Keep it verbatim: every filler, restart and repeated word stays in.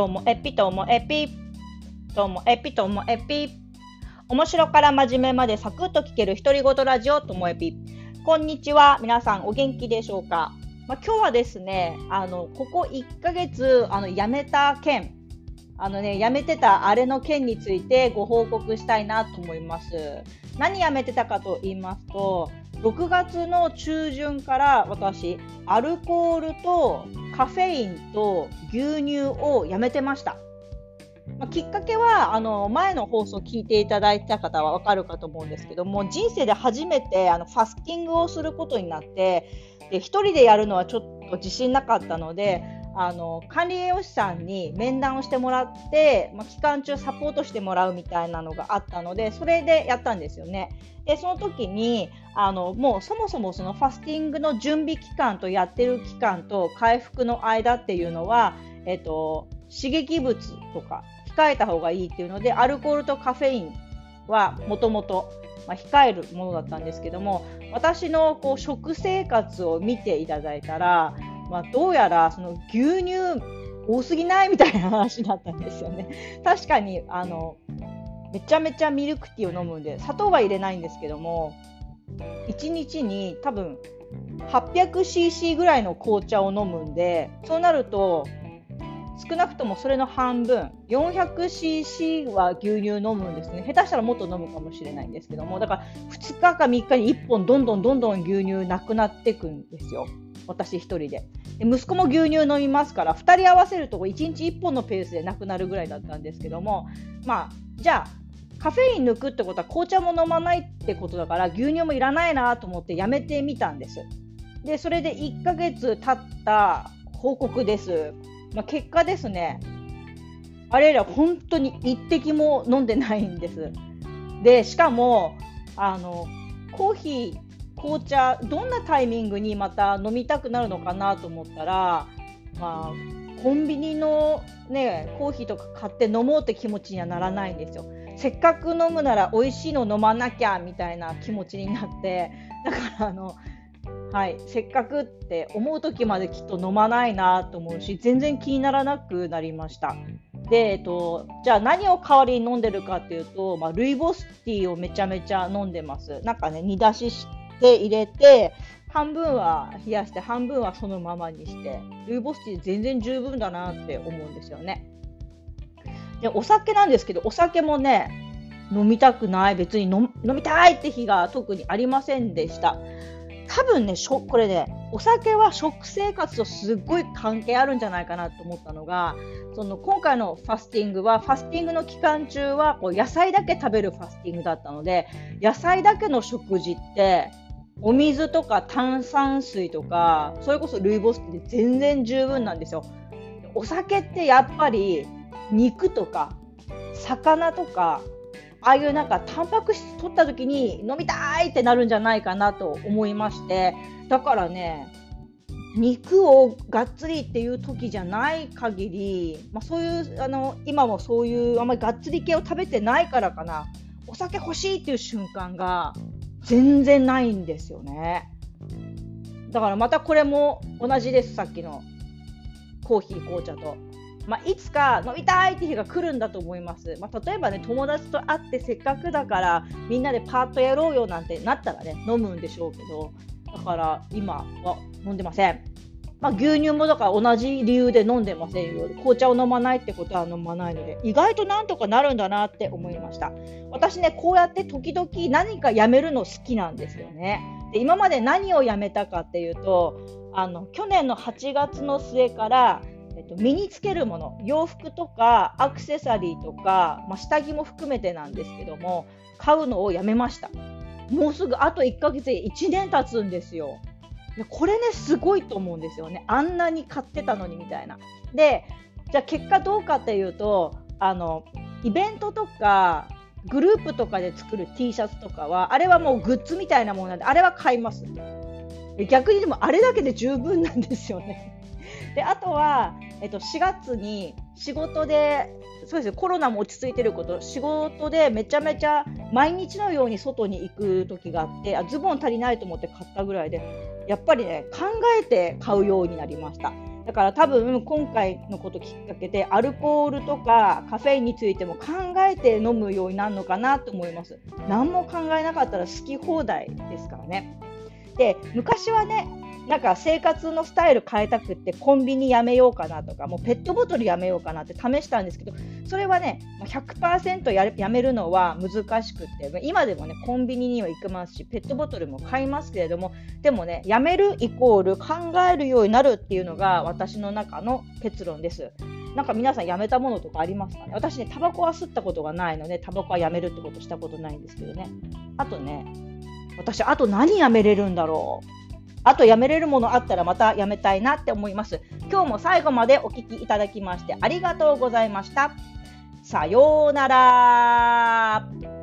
ともエピともエピともエピともエピ面白から真面目までサクッと聞ける独り言ラジオともエピ。こんにちは、皆さんお元気でしょうか。まあ、今日はですね、あのここいっかげつあの辞めた件あのね辞めてたあれの件についてご報告したいなと思います。何辞めてたかと言いますと、ろくがつの中旬から私アルコールとカフェインと牛乳をやめてました。まあ、きっかけはあの前の放送を聞いていただいた方はわかるかと思うんですけども、人生で初めてあのファスティングをすることになって、で一人でやるのはちょっと自信なかったので、あの管理栄養士さんに面談をしてもらって、まあ、期間中サポートしてもらうみたいなのがあったので、それでやったんですよね。でその時にあのもうそもそもそのファスティングの準備期間とやってる期間と回復の間っていうのは、えっと、刺激物とか控えた方がいいっていうので、アルコールとカフェインはもともと控えるものだったんですけども、私のこう食生活を見ていただいたら、まあ、どうやらその牛乳多すぎないみたいな話だったんですよね。確かにあのめちゃめちゃミルクティーを飲むんで砂糖は入れないんですけども、いちにちに多分 はっぴゃくシーシー ぐらいの紅茶を飲むんで、そうなると少なくともそれの半分 よんひゃくシーシー は牛乳飲むんですね。下手したらもっと飲むかもしれないんですけども、だからふつかかみっかにいっぽんどんどんどんどん牛乳なくなっていくんですよ、私一人で。で息子も牛乳飲みますから、ふたり合わせるといちにちいっぽんのペースでなくなるぐらいだったんですけども、まあじゃあカフェイン抜くってことは紅茶も飲まないってことだから、牛乳もいらないなと思ってやめてみたんです。でそれでいっかげつ経った報告です。まあ、結果ですね、あれら本当に一滴も飲んでないんです。でしかもあのコーヒー紅茶どんなタイミングにまた飲みたくなるのかなと思ったら、まあ、コンビニの、ね、コーヒーとか買って飲もうって気持ちにはならないんですよ。せっかく飲むなら美味しいの飲まなきゃみたいな気持ちになって、だからあのはい、せっかくって思う時まできっと飲まないなと思うし、全然気にならなくなりました。で、えっと、じゃあ何を代わりに飲んでるかっていうと、まあ、ルイボスティーをめちゃめちゃ飲んでます。なんかね、煮出しして入れて、半分は冷やして半分はそのままにして、ルイボスティー全然十分だなって思うんですよね。でお酒なんですけど、お酒もね飲みたくない、別に 飲, 飲みたいって日が特にありませんでした。多分ね、これね、お酒は食生活とすっごい関係あるんじゃないかなと思ったのが、その今回のファスティングはファスティングの期間中はこう野菜だけ食べるファスティングだったので、野菜だけの食事ってお水とか炭酸水とかそれこそルイボスティーで全然十分なんですよ。お酒ってやっぱり肉とか魚とかああいうなんかタンパク質取った時に飲みたいってなるんじゃないかなと思いまして、だからね、肉をがっつりっていう時じゃない限り、まあ、そういうあの今もそういうあんまりがっつり系を食べてないからかな、お酒欲しいっていう瞬間が全然ないんですよね。だからまたこれも同じです、さっきのコーヒー紅茶と。まあ、いつか飲みたいって日が来るんだと思います。まあ、例えばね、友達と会ってせっかくだからみんなでパーッとやろうよなんてなったらね、飲むんでしょうけど、だから今は飲んでません。まあ、牛乳もだから同じ理由で飲んでませんよ。紅茶を飲まないってことは飲まないので、意外となんとかなるんだなって思いました。私ね、こうやって時々何かやめるの好きなんですよね。で今まで何をやめたかっていうと、あの去年のはちがつの末からえっと、身につけるもの、洋服とかアクセサリーとか、まあ、下着も含めてなんですけども、買うのをやめました。もうすぐあといっかげつでいちねん経つんですよ。でこれねすごいと思うんですよね。あんなに買ってたのにみたいな。でじゃあ結果どうかっていうと、あのイベントとかグループとかで作る T シャツとかはあれはもうグッズみたいなものなんで、あれは買います。で逆にでもあれだけで十分なんですよね。であとは、えっと、しがつに仕事で、そうですね、コロナも落ち着いてること、仕事でめちゃめちゃ毎日のように外に行く時があって、あズボン足りないと思って買ったぐらいで、やっぱりね考えて買うようになりました。 だから多分今回のこときっかけでアルコールとかカフェインについても考えて飲むようになるのかなと思います。何も考えなかったら好き放題ですからね。で、昔はね、なんか生活のスタイル変えたくってコンビニやめようかなとか、もうペットボトルやめようかなって試したんですけど、それはね ひゃくパーセント やるやめるのは難しくって、今でもねコンビニには行きますしペットボトルも買いますけれども、でもねやめるイコール考えるようになるっていうのが私の中の結論です。なんか皆さんやめたものとかありますかね。私ねタバコは吸ったことがないのでタバコはやめるってことしたことないんですけどね。あとね、私あと何やめれるんだろう。あとやめれるものあったらまたやめたいなって思います。今日も最後までお聞きいただきましてありがとうございました。さようなら。